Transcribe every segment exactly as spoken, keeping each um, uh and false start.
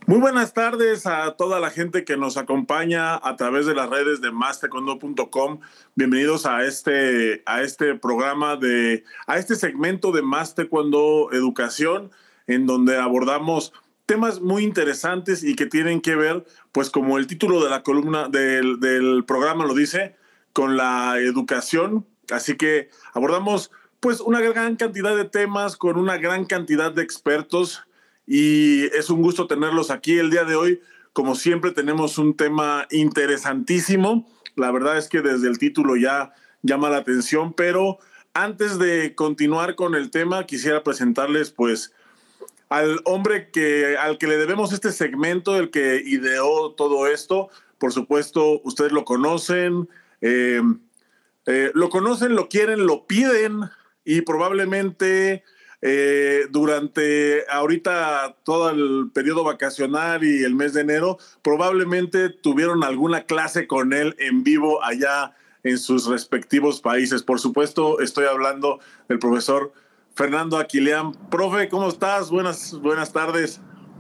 Muy buenas tardes a toda la gente que nos acompaña a través de las redes de más taekwondo punto com. Bienvenidos a este, a este programa, de, a este segmento de Más Taekwondo Educación, en donde abordamos temas muy interesantes y que tienen que ver, pues como el título de la columna del, del programa lo dice, con la educación. Así que abordamos pues una gran cantidad de temas con una gran cantidad de expertos. Y es un gusto tenerlos aquí el día de hoy. Como siempre, tenemos un tema interesantísimo. La verdad es que desde el título ya llama la atención, pero antes de continuar con el tema, quisiera presentarles pues al hombre que, al que le debemos este segmento, el que ideó todo esto. Por supuesto, ustedes lo conocen, eh, eh, lo conocen, lo quieren, lo piden y probablemente eh, durante ahorita todo el periodo vacacional y el mes de enero, probablemente tuvieron alguna clase con él en vivo allá en sus respectivos países. Por supuesto, estoy hablando del profesor Fernando Aquilián. Profe, ¿cómo estás? Buenas, buenas tardes.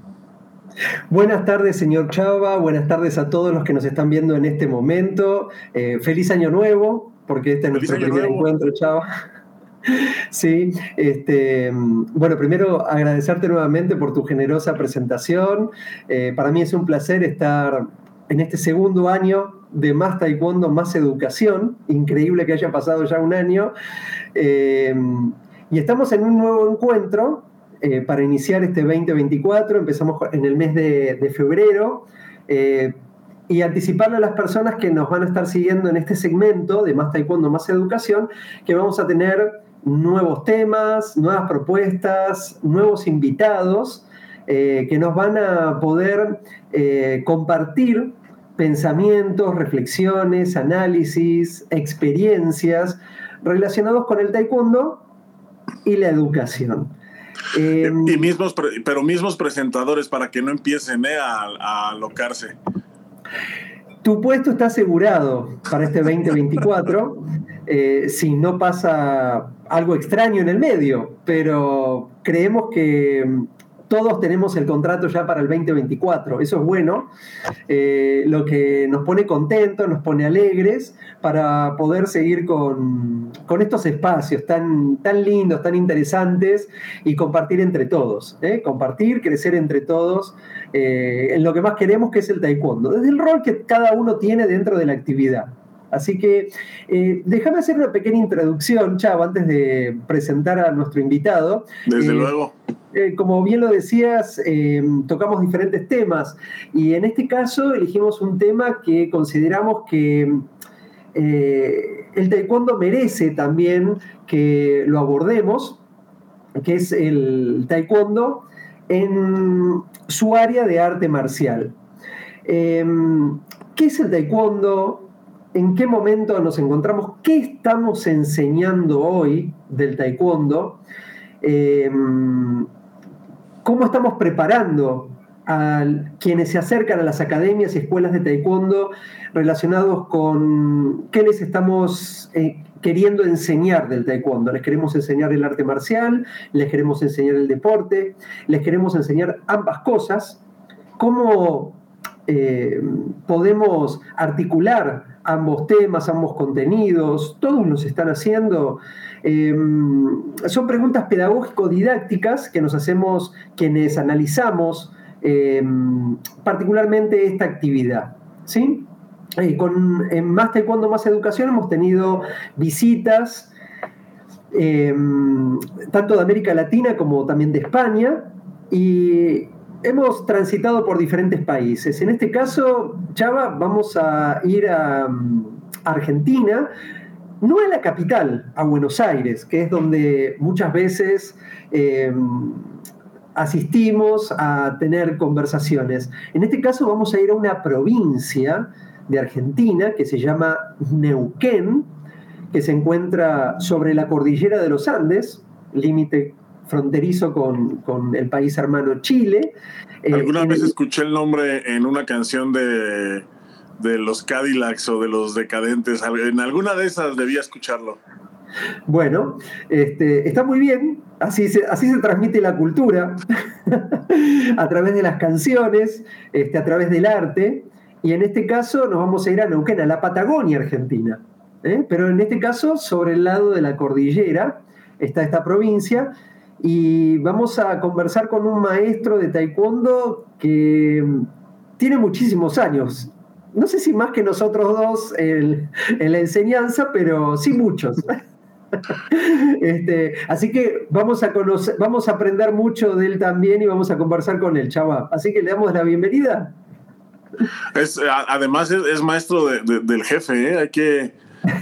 Buenas tardes, señor Chava. Buenas tardes a todos los que nos están viendo en este momento. Eh, feliz año nuevo, porque este es Feliz nuestro año primer nuevo. encuentro, Chava. Sí, este, bueno, primero agradecerte nuevamente por tu generosa presentación. Eh, para mí es un placer estar en este segundo año de Más Taekwondo, Más Educación. Increíble que haya pasado ya un año. Eh, y estamos en un nuevo encuentro eh, para iniciar este veinte veinticuatro. Empezamos en el mes de, de febrero. Eh, y anticiparle a las personas que nos van a estar siguiendo en este segmento de Más Taekwondo, Más Educación, que vamos a tener nuevos temas, nuevas propuestas, nuevos invitados eh, que nos van a poder eh, compartir pensamientos, reflexiones, análisis, experiencias relacionados con el taekwondo y la educación. Eh, y mismos, pero mismos presentadores para que no empiecen eh, a, a alocarse. Tu puesto está asegurado para este veinte veinticuatro, eh, si no pasa algo extraño en el medio, pero creemos que todos tenemos el contrato ya para el veinte veinticuatro, eso es bueno, eh, lo que nos pone contentos, nos pone alegres para poder seguir con, con estos espacios tan, tan lindos, tan interesantes y compartir entre todos, ¿eh? compartir, crecer entre todos eh, en lo que más queremos, que es el taekwondo, desde el rol que cada uno tiene dentro de la actividad. Así que eh, déjame hacer una pequeña introducción, Chavo, antes de presentar a nuestro invitado. Desde eh, luego. Eh, como bien lo decías, eh, tocamos diferentes temas y en este caso elegimos un tema que consideramos que eh, el taekwondo merece también que lo abordemos, que es el taekwondo en su área de arte marcial. Eh, ¿Qué es el taekwondo? ¿En qué momento nos encontramos? ¿Qué estamos enseñando hoy del taekwondo? Eh, ¿Cómo estamos preparando a quienes se acercan a las academias y escuelas de taekwondo relacionados con qué les estamos eh, queriendo enseñar del taekwondo? ¿Les queremos enseñar el arte marcial? ¿Les queremos enseñar el deporte? ¿Les queremos enseñar ambas cosas? ¿Cómo eh, podemos articular ambos temas, ambos contenidos? Todos los están haciendo. Eh, son preguntas pedagógico-didácticas que nos hacemos quienes analizamos eh, particularmente esta actividad, ¿sí? Eh, con, en Más Taekwondo, Más Educación hemos tenido visitas eh, tanto de América Latina como también de España, y hemos transitado por diferentes países. En este caso, Chava, vamos a ir a, a Argentina, no a la capital, a Buenos Aires, que es donde muchas veces eh, asistimos a tener conversaciones. En este caso vamos a ir a una provincia de Argentina que se llama Neuquén, que se encuentra sobre la cordillera de los Andes, límite fronterizo con, con el país hermano Chile. Alguna Eh, vez el... escuché el nombre en una canción de, de los Cadillacs o de los Decadentes. En alguna de esas debía escucharlo. Bueno, este, está muy bien, así se, así se transmite la cultura, a través de las canciones, este, a través del arte, y en este caso nos vamos a ir a Neuquén, a la Patagonia Argentina, ¿eh? Pero en este caso sobre el lado de la cordillera está esta provincia, y vamos a conversar con un maestro de taekwondo que tiene muchísimos años. No sé si más que nosotros dos en, en la enseñanza, pero sí muchos. Este, así que vamos a conocer, vamos a aprender mucho de él también y vamos a conversar con él, Chava. Así que le damos la bienvenida. Es, además es, es maestro de, de, del jefe, ¿eh? Hay que...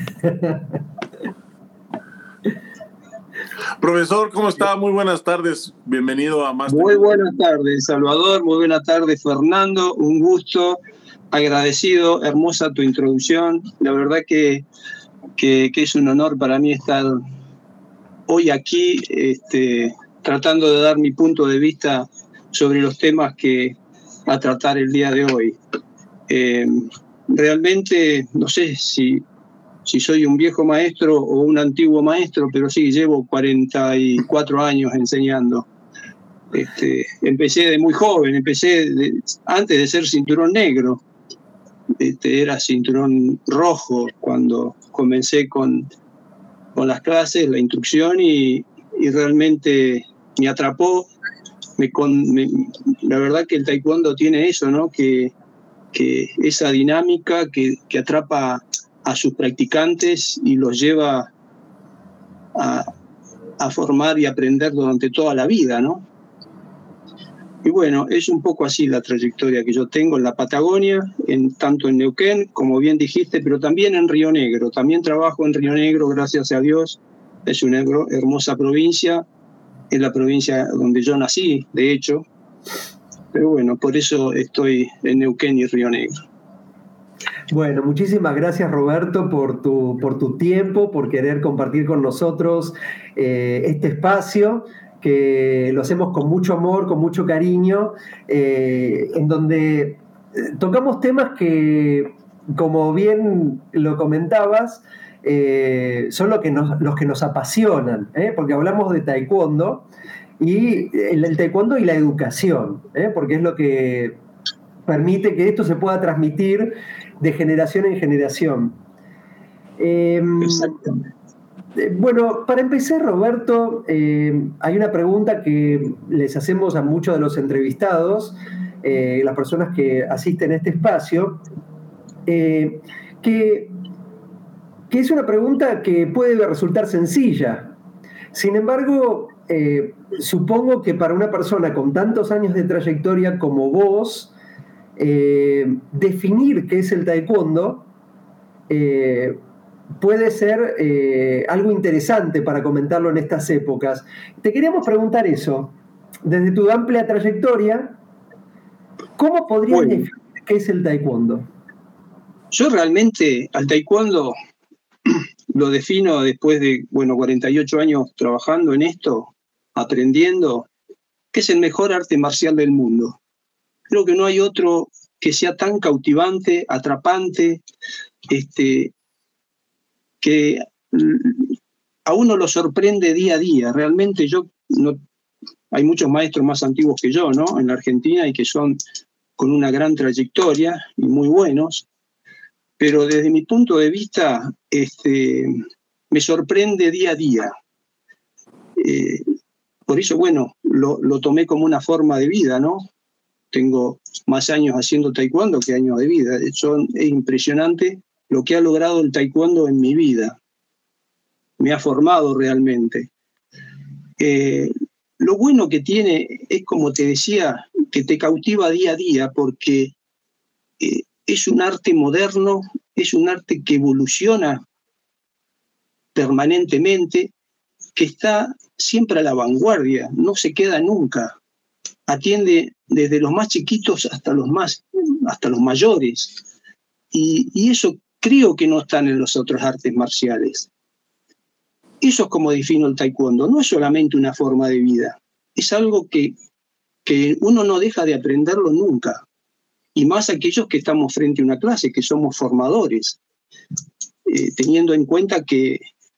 Profesor, ¿cómo está? Muy buenas tardes. Bienvenido a Más. Muy buenas tardes, Salvador. Muy buenas tardes, Fernando. Un gusto, agradecido, hermosa tu introducción. La verdad que, que, que es un honor para mí estar hoy aquí este, tratando de dar mi punto de vista sobre los temas que a tratar el día de hoy. Eh, realmente, no sé si... si soy un viejo maestro o un antiguo maestro, pero sí, llevo cuarenta y cuatro años enseñando. Este, empecé de muy joven, empecé de, antes de ser cinturón negro. Este, era cinturón rojo cuando comencé con, con las clases, la instrucción, y, y realmente me atrapó. Me, con, me, la verdad que el taekwondo tiene eso, ¿no? Que, que esa dinámica que, que atrapa a sus practicantes y los lleva a, a formar y aprender durante toda la vida, ¿no? Y bueno, es un poco así la trayectoria que yo tengo en la Patagonia, en, tanto en Neuquén, como bien dijiste, pero también en Río Negro. También trabajo en Río Negro, gracias a Dios. Es una hermosa provincia, es la provincia donde yo nací, de hecho. Pero bueno, por eso estoy en Neuquén y Río Negro. Bueno, muchísimas gracias, Roberto, por tu, por tu tiempo, por querer compartir con nosotros eh, este espacio, que lo hacemos con mucho amor, con mucho cariño, eh, en donde tocamos temas que, como bien lo comentabas, eh, son lo que nos, los que nos apasionan, ¿eh? Porque hablamos de taekwondo, y el, el taekwondo y la educación, ¿eh? Porque es lo que permite que esto se pueda transmitir de generación en generación. Eh, bueno, para empezar, Roberto, eh, hay una pregunta que les hacemos a muchos de los entrevistados, eh, las personas que asisten a este espacio, eh, que, que es una pregunta que puede resultar sencilla. Sin embargo, eh, supongo que para una persona con tantos años de trayectoria como vos, Eh, definir qué es el taekwondo eh, puede ser eh, algo interesante para comentarlo en estas épocas. Te queríamos preguntar eso, desde tu amplia trayectoria, ¿cómo podrías bueno, definir qué es el taekwondo? Yo realmente al taekwondo lo defino después de bueno, cuarenta y ocho años trabajando en esto, aprendiendo, que es el mejor arte marcial del mundo. Creo que no hay otro que sea tan cautivante, atrapante, este, que a uno lo sorprende día a día. Realmente yo, no, hay muchos maestros más antiguos que yo, ¿no? En la Argentina, y que son con una gran trayectoria y muy buenos, pero desde mi punto de vista este, me sorprende día a día. Eh, por eso, bueno, lo, lo tomé como una forma de vida, ¿no? Tengo más años haciendo taekwondo que años de vida. Son, es impresionante lo que ha logrado el taekwondo en mi vida. Me ha formado realmente. Eh, lo bueno que tiene es, como te decía, que te cautiva día a día, porque eh, es un arte moderno, es un arte que evoluciona permanentemente, que está siempre a la vanguardia, no se queda nunca. Atiende desde los más chiquitos hasta los más hasta los mayores, y, y eso creo que no están en los otros artes marciales. Eso es como defino el taekwondo. No es solamente una forma de vida, es algo que, que uno no deja de aprenderlo nunca, y más aquellos que estamos frente a una clase, que somos formadores, eh, teniendo en cuenta que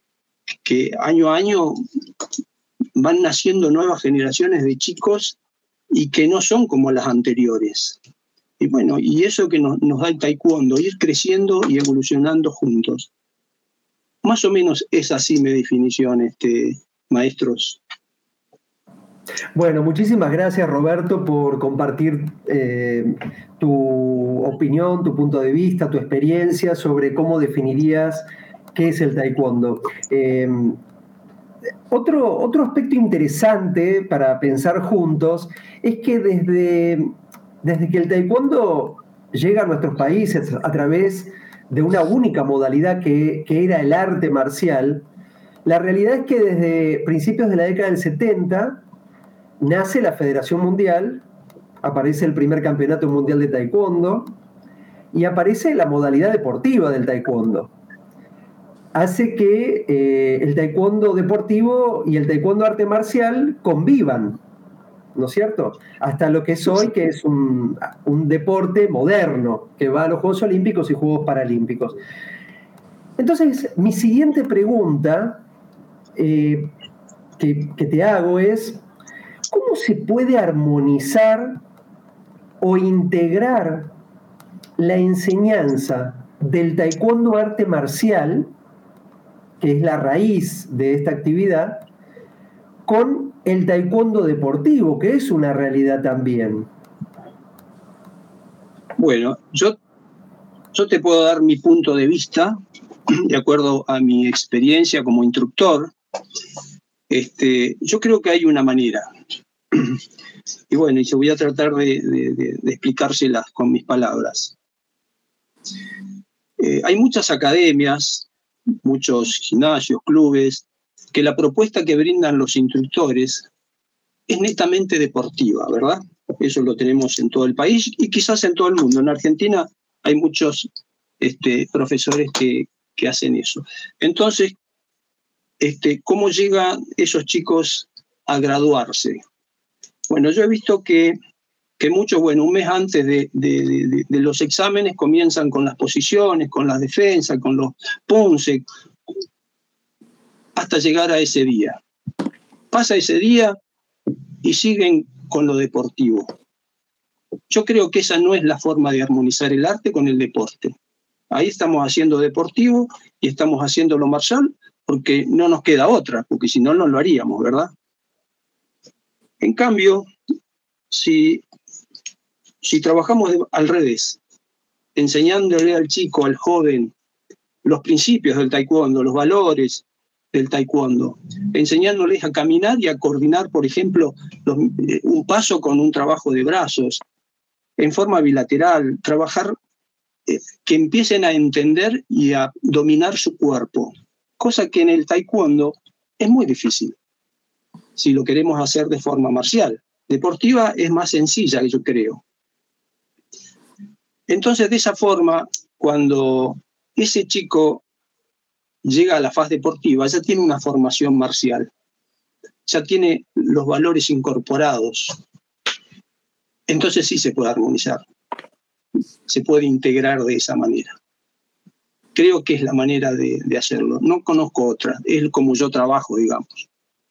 que año a año van naciendo nuevas generaciones de chicos y que no son como las anteriores. Y bueno, y eso que nos, nos da el taekwondo, ir creciendo y evolucionando juntos. Más o menos es así mi definición, este, maestros. Bueno, muchísimas gracias, Roberto, por compartir eh, tu opinión, tu punto de vista, tu experiencia sobre cómo definirías qué es el taekwondo. Eh, otro, otro aspecto interesante para pensar juntos es que desde, desde que el taekwondo llega a nuestros países a través de una única modalidad que, que era el arte marcial, la realidad es que desde principios de la década del setenta nace la Federación Mundial, aparece el primer campeonato mundial de taekwondo y aparece la modalidad deportiva del taekwondo. Hace que eh, el taekwondo deportivo y el taekwondo arte marcial convivan, ¿no es cierto? Hasta lo que es hoy, que es un, un deporte moderno, que va a los Juegos Olímpicos y Juegos Paralímpicos. Entonces, mi siguiente pregunta eh, que, que te hago es, ¿cómo se puede armonizar o integrar la enseñanza del taekwondo arte marcial, que es la raíz de esta actividad, con el taekwondo deportivo, que es una realidad también? Bueno, yo, yo te puedo dar mi punto de vista, de acuerdo a mi experiencia como instructor. Este, yo creo que hay una manera. Y bueno, y se voy a tratar de, de, de, de explicárselas con mis palabras. Eh, hay muchas academias, muchos gimnasios, clubes, que la propuesta que brindan los instructores es netamente deportiva, ¿verdad? Eso lo tenemos en todo el país y quizás en todo el mundo. En Argentina hay muchos este, profesores que, que hacen eso. Entonces, este, ¿cómo llegan esos chicos a graduarse? Bueno, yo he visto que, que muchos, bueno, un mes antes de, de, de, de los exámenes comienzan con las posiciones, con las defensas, con los punce, hasta llegar a ese día. Pasa ese día y siguen con lo deportivo. Yo creo que esa no es la forma de armonizar el arte con el deporte. Ahí estamos haciendo deportivo y estamos haciendo lo marcial porque no nos queda otra, porque si no, no lo haríamos, ¿verdad? En cambio, si, si trabajamos de, al revés, enseñándole al chico, al joven, los principios del taekwondo, los valores del taekwondo, enseñándoles a caminar y a coordinar, por ejemplo, los, eh, un paso con un trabajo de brazos, en forma bilateral, trabajar, eh, que empiecen a entender y a dominar su cuerpo, cosa que en el taekwondo es muy difícil, si lo queremos hacer de forma marcial. Deportiva es más sencilla, yo creo. Entonces, de esa forma, cuando ese chico llega a la faz deportiva, ya tiene una formación marcial, ya tiene los valores incorporados. Entonces sí se puede armonizar, se puede integrar de esa manera. Creo que es la manera de, de hacerlo. No conozco otra, es como yo trabajo, digamos.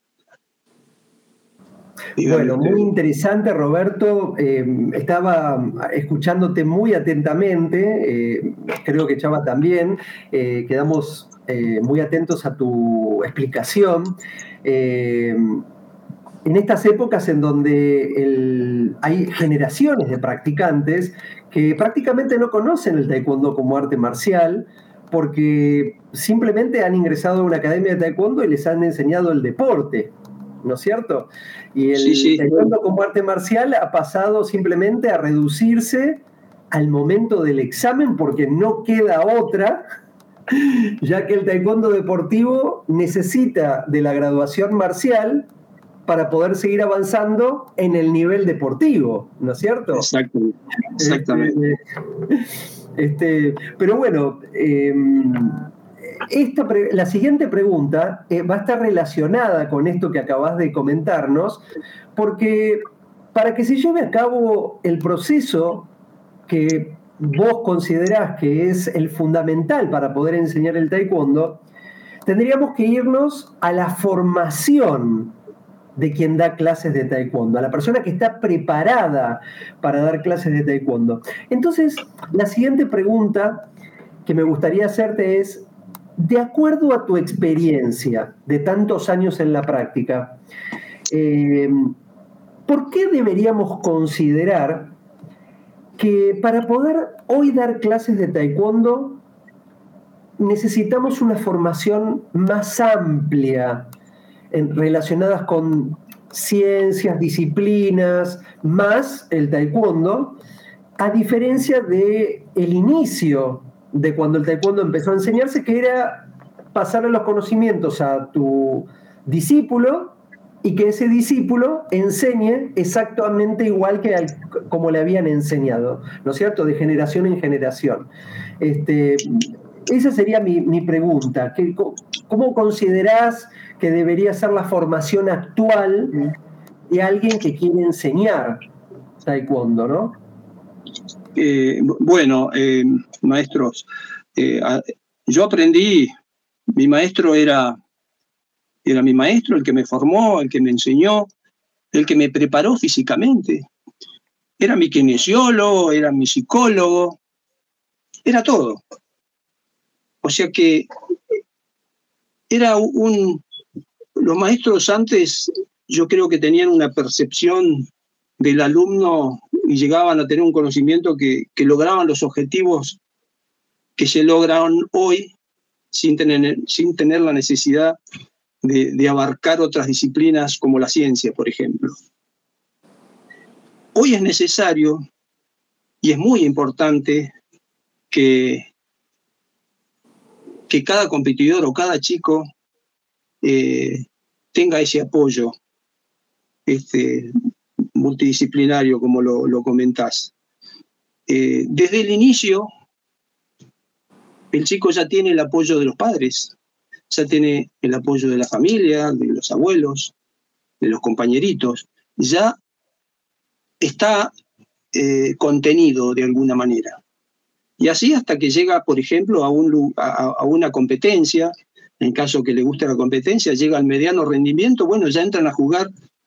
Bueno, muy interesante, Roberto. Eh, estaba escuchándote muy atentamente, eh, creo que Chava también. Eh, quedamos eh, muy atentos a tu explicación. Eh, en estas épocas en donde el, hay generaciones de practicantes que prácticamente no conocen el taekwondo como arte marcial, porque simplemente han ingresado a una academia de taekwondo y les han enseñado el deporte, ¿no es cierto? Y el sí, sí. taekwondo como arte marcial ha pasado simplemente a reducirse al momento del examen porque no queda otra, ya que el taekwondo deportivo necesita de la graduación marcial para poder seguir avanzando en el nivel deportivo, ¿no es cierto? Exactamente. Exactamente. Este, este, pero bueno, eh, Esta, la siguiente pregunta eh, va a estar relacionada con esto que acabas de comentarnos, porque para que se lleve a cabo el proceso que vos considerás que es el fundamental para poder enseñar el taekwondo, tendríamos que irnos a la formación de quien da clases de taekwondo, a la persona que está preparada para dar clases de taekwondo. Entonces, la siguiente pregunta que me gustaría hacerte es, de acuerdo a tu experiencia de tantos años en la práctica, eh, ¿por qué deberíamos considerar que para poder hoy dar clases de taekwondo necesitamos una formación más amplia en, relacionadas con ciencias, disciplinas, más el taekwondo, a diferencia del inicio de cuando el taekwondo empezó a enseñarse, que era pasarle los conocimientos a tu discípulo y que ese discípulo enseñe exactamente igual que al, como le habían enseñado, ¿no es cierto?, de generación en generación. Este, esa sería mi, mi pregunta. ¿Cómo considerás que debería ser la formación actual de alguien que quiere enseñar taekwondo, no? Eh, bueno, eh, maestros, eh, yo aprendí, mi maestro era, era mi maestro, el que me formó, el que me enseñó, el que me preparó físicamente. Era mi kinesiólogo, era mi psicólogo, era todo. O sea que era un... Los maestros antes, yo creo que tenían una percepción del alumno y llegaban a tener un conocimiento que, que lograban los objetivos que se logran hoy sin tener, sin tener la necesidad de, de abarcar otras disciplinas como la ciencia, por ejemplo. Hoy es necesario y es muy importante que, que cada competidor o cada chico eh, tenga ese apoyo este, multidisciplinario, como lo, lo comentás. Eh, desde el inicio, el chico ya tiene el apoyo de los padres, ya tiene el apoyo de la familia, de los abuelos, de los compañeritos, ya está eh, contenido de alguna manera. Y así hasta que llega, por ejemplo, a, un, a, a una competencia, en caso que le guste la competencia, llega al mediano rendimiento, bueno, ya entran a jugar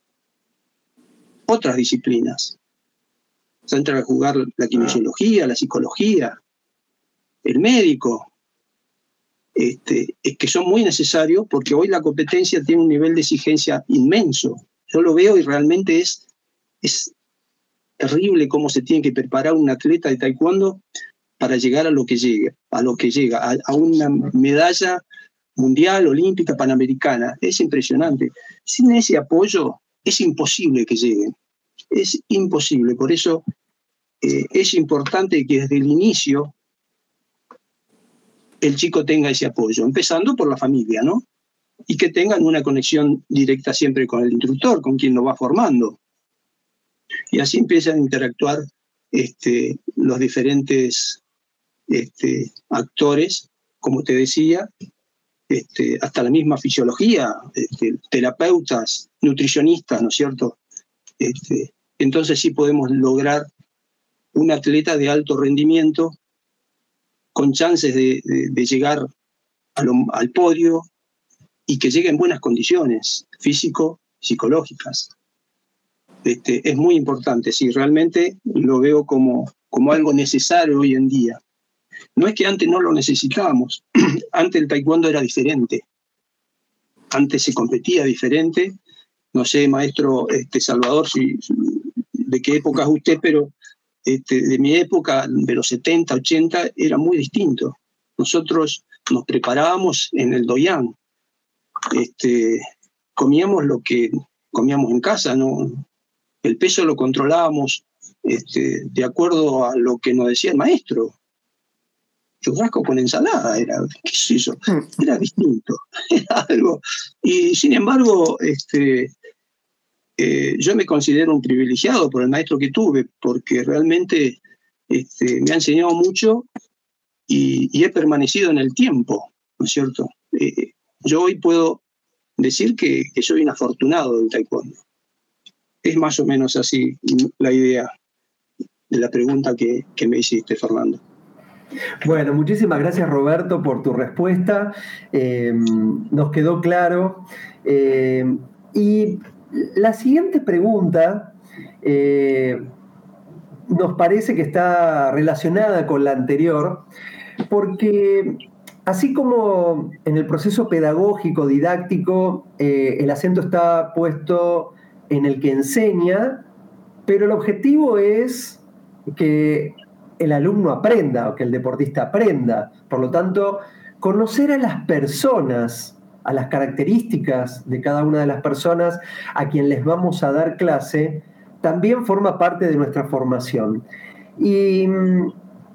otras disciplinas. Ya entran a jugar la kinesiología, la psicología, el médico, este, es que son muy necesarios porque hoy la competencia tiene un nivel de exigencia inmenso. Yo lo veo y realmente es, es terrible cómo se tiene que preparar un atleta de taekwondo para llegar a lo que llegue, a lo que llega, a, a una medalla mundial, olímpica, panamericana. Es impresionante. Sin ese apoyo es imposible que lleguen. Es imposible. Por eso eh, es importante que desde el inicio el chico tenga ese apoyo, empezando por la familia, ¿no? Y que tengan una conexión directa siempre con el instructor, con quien lo va formando. Y así empiezan a interactuar este, los diferentes este, actores, como te decía, este, hasta la misma fisiología, este, terapeutas, nutricionistas, ¿no es cierto? Este, entonces sí podemos lograr un atleta de alto rendimiento con chances de, de, de llegar a lo, al podio y que llegue en buenas condiciones físico, psicológicas. Este, es muy importante, sí, realmente lo veo como, como algo necesario hoy en día. No es que antes no lo necesitábamos, antes el taekwondo era diferente, antes se competía diferente. No sé, maestro este, Salvador, si, de qué época es usted, pero este, de mi época, de los setenta, ochenta, era muy distinto. Nosotros nos preparábamos en el doyan, este, comíamos lo que comíamos en casa, ¿no? El peso lo controlábamos este, de acuerdo a lo que nos decía el maestro. Churrasco con ensalada, era, ¿qué es eso? Era distinto, era algo. Y sin embargo, este, eh, yo me considero un privilegiado por el maestro que tuve, porque realmente este, me ha enseñado mucho y, y he permanecido en el tiempo, ¿no es cierto? Eh, yo hoy puedo decir que, que soy un afortunado del taekwondo. Es más o menos así la idea de la pregunta que, que me hiciste, Fernando. Bueno, muchísimas gracias, Roberto, por tu respuesta. Eh, nos quedó claro. Eh, y la siguiente pregunta eh, nos parece que está relacionada con la anterior, porque así como en el proceso pedagógico, didáctico, eh, el acento está puesto en el que enseña, pero el objetivo es que el alumno aprenda o que el deportista aprenda. Por lo tanto, conocer a las personas, a las características de cada una de las personas a quien les vamos a dar clase, también forma parte de nuestra formación. Y en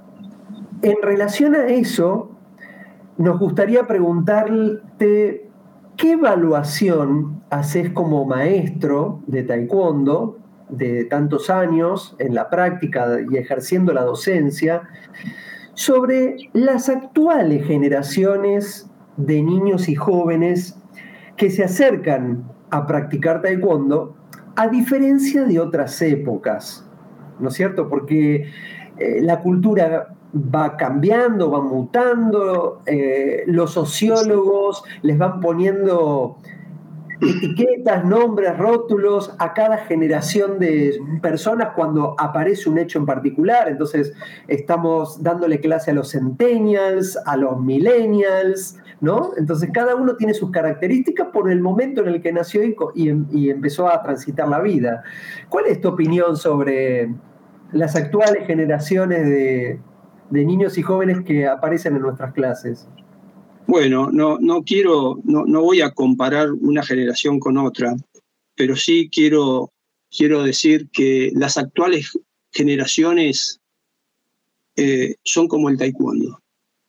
relación a eso, nos gustaría preguntarte qué evaluación haces como maestro de taekwondo de tantos años en la práctica y ejerciendo la docencia sobre las actuales generaciones de niños y jóvenes que se acercan a practicar taekwondo a diferencia de otras épocas, ¿no es cierto? Porque eh, la cultura va cambiando, va mutando, eh, los sociólogos les van poniendo etiquetas, nombres, rótulos a cada generación de personas cuando aparece un hecho en particular. Entonces estamos dándole clase a los centennials, a los millennials, ¿no? Entonces cada uno tiene sus características por el momento en el que nació y, y, y empezó a transitar la vida. ¿Cuál es tu opinión sobre las actuales generaciones de, de niños y jóvenes que aparecen en nuestras clases? Bueno, no, no quiero, no, no voy a comparar una generación con otra, pero sí quiero, quiero decir que las actuales generaciones eh, son como el taekwondo,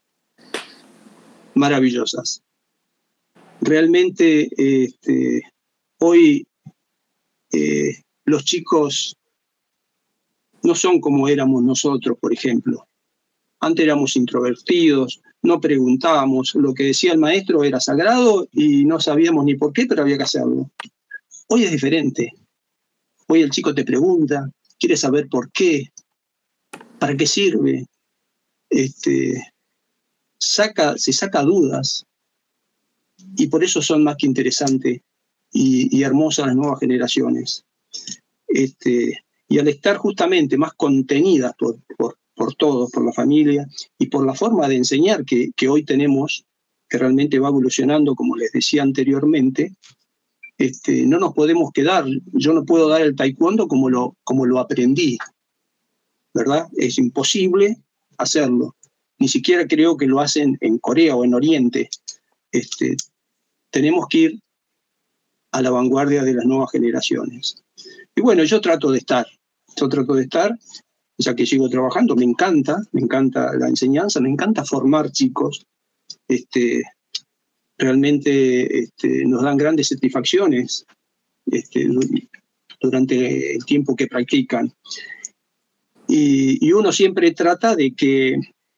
maravillosas. Realmente este, hoy eh, los chicos no son como éramos nosotros, por ejemplo. Antes éramos introvertidos, no preguntábamos, lo que decía el maestro era sagrado y no sabíamos ni por qué, pero había que hacerlo. Hoy es diferente. Hoy el chico te pregunta, quiere saber por qué, para qué sirve, este, saca, se saca dudas, y por eso son más que interesantes y, y hermosas las nuevas generaciones. Este, y al estar justamente más contenidas por, por por todos, por la familia y por la forma de enseñar que, que hoy tenemos, que realmente va evolucionando, como les decía anteriormente, este, no nos podemos quedar. Yo no puedo dar el taekwondo como lo, como lo aprendí, ¿verdad? Es imposible hacerlo. Ni siquiera creo que lo hacen en Corea o en Oriente. Este, tenemos que ir a la vanguardia de las nuevas generaciones. Y bueno, yo trato de estar, yo trato de estar, ya que sigo trabajando, me encanta, me encanta la enseñanza, me encanta formar chicos. Este, realmente este, nos dan grandes satisfacciones este, durante el tiempo que practican. Y, y uno siempre trata de que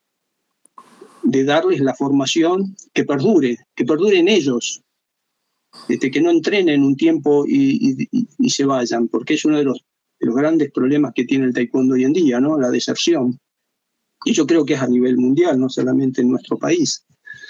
de darles la formación que perdure, que perdure en ellos, este, que no entrenen un tiempo y, y, y se vayan, porque es uno de los los grandes problemas que tiene el taekwondo hoy en día, ¿no? La deserción. Y yo creo que es a nivel mundial, no solamente en nuestro país.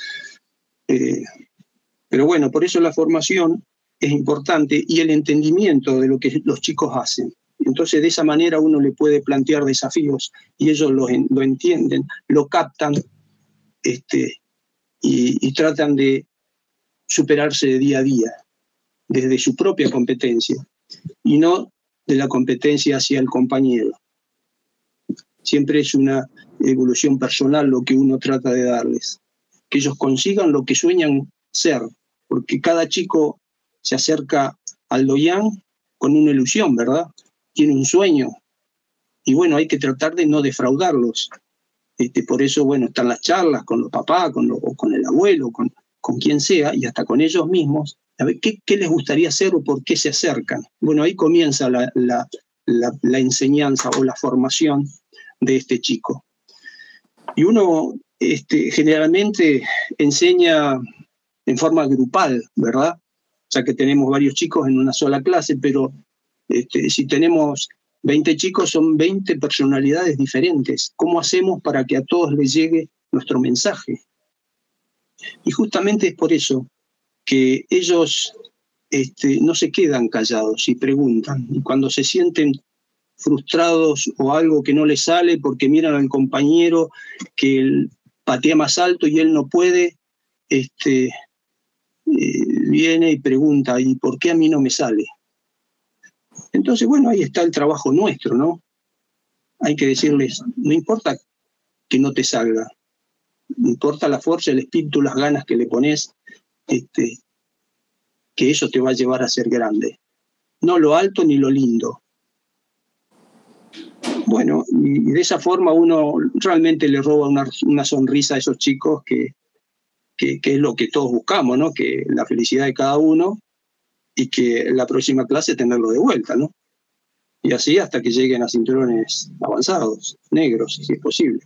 Eh, pero bueno, por eso la formación es importante y el entendimiento de lo que los chicos hacen. Entonces, de esa manera uno le puede plantear desafíos y ellos lo, lo entienden, lo captan este, y, y tratan de superarse de día a día, desde su propia competencia, y no de la competencia hacia el compañero. Siempre es una evolución personal lo que uno trata de darles, que ellos consigan lo que sueñan ser, porque cada chico se acerca al doyan con una ilusión, ¿verdad? Tiene un sueño, y bueno, hay que tratar de no defraudarlos. Este, por eso, bueno, están las charlas con los papás, con, lo, o con el abuelo, con, con quien sea, y hasta con ellos mismos, a ver qué, qué les gustaría hacer o por qué se acercan. Bueno, ahí comienza la, la, la, la enseñanza o la formación de este chico. Y uno este, generalmente enseña en forma grupal, ¿verdad? O sea que tenemos varios chicos en una sola clase, pero este, si tenemos veinte chicos son veinte personalidades diferentes. ¿Cómo hacemos para que a todos les llegue nuestro mensaje? Y justamente es por eso que ellos este, no se quedan callados y preguntan. Y cuando se sienten frustrados o algo que no les sale porque miran al compañero que él patea más alto y él no puede, este, eh, viene y pregunta, ¿y por qué a mí no me sale? Entonces, bueno, ahí está el trabajo nuestro, ¿no? Hay que decirles, no importa que no te salga, no importa la fuerza, el espíritu, las ganas que le pones, este, que eso te va a llevar a ser grande. No lo alto ni lo lindo. Bueno, y de esa forma uno realmente le roba una, una sonrisa a esos chicos que, que, que es lo que todos buscamos, ¿no? Que la felicidad de cada uno y que la próxima clase tenerlo de vuelta, ¿no? Y así hasta que lleguen a cinturones avanzados, negros, si es posible.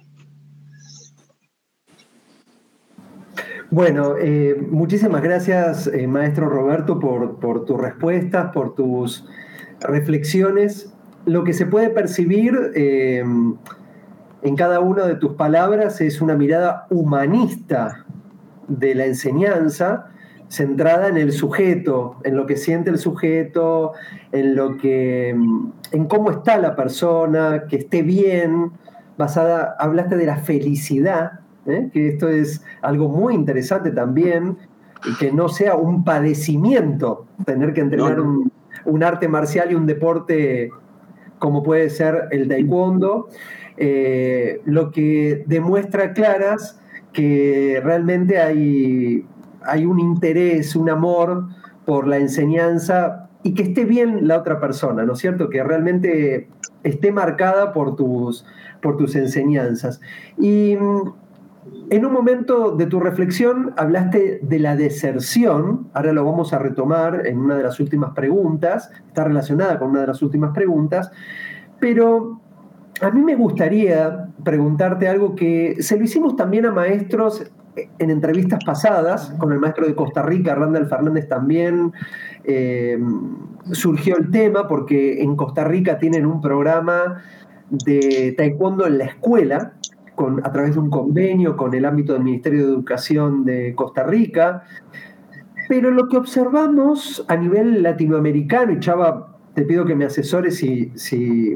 Bueno, eh, muchísimas gracias, eh, maestro Roberto, por, por tus respuestas, por tus reflexiones. Lo que se puede percibir eh, en cada una de tus palabras es una mirada humanista de la enseñanza, centrada en el sujeto, en lo que siente el sujeto, en lo que, en cómo está la persona, que esté bien, basada, hablaste de la felicidad, ¿eh? Que esto es algo muy interesante también, y que no sea un padecimiento tener que entrenar no, no. Un, un arte marcial y un deporte como puede ser el taekwondo, eh, lo que demuestra claras que realmente hay, hay un interés, un amor por la enseñanza y que esté bien la otra persona, ¿no es cierto? Que realmente esté marcada por tus, por tus enseñanzas. Y en un momento de tu reflexión hablaste de la deserción, ahora lo vamos a retomar en una de las últimas preguntas, está relacionada con una de las últimas preguntas, pero a mí me gustaría preguntarte algo que se lo hicimos también a maestros en entrevistas pasadas, con el maestro de Costa Rica, Randall Fernández también, eh, surgió el tema porque en Costa Rica tienen un programa de taekwondo en la escuela, Con, a través de un convenio con el ámbito del Ministerio de Educación de Costa Rica, pero lo que observamos a nivel latinoamericano, y Chava, te pido que me asesores si, si,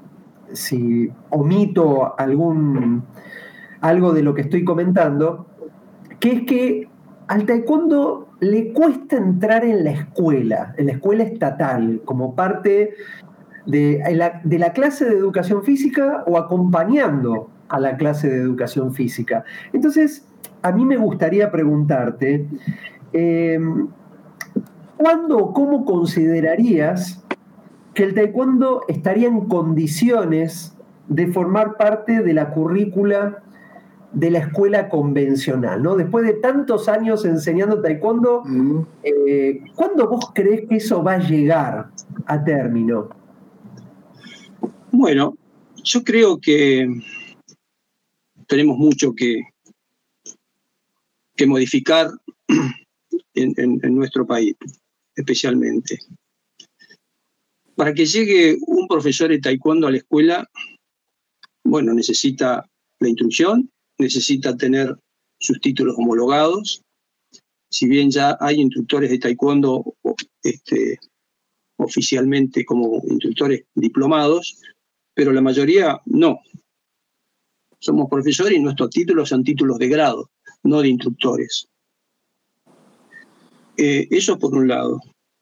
si omito algún, algo de lo que estoy comentando, que es que al taekwondo le cuesta entrar en la escuela, en la escuela estatal, como parte de la, de la clase de educación física o acompañando a la clase de educación física. Entonces, a mí me gustaría preguntarte, eh, ¿cuándo o cómo considerarías que el taekwondo estaría en condiciones de formar parte de la currícula de la escuela convencional, ¿no? Después de tantos años enseñando taekwondo, mm. eh, ¿cuándo vos crees que eso va a llegar a término? Bueno, yo creo que tenemos mucho que, que modificar en, en, en nuestro país, especialmente. Para que llegue un profesor de taekwondo a la escuela, bueno, necesita la instrucción, necesita tener sus títulos homologados. Si bien ya hay instructores de taekwondo este, oficialmente como instructores diplomados, pero la mayoría no. Somos profesores y nuestros títulos son títulos de grado, no de instructores. Eh, eso por un lado.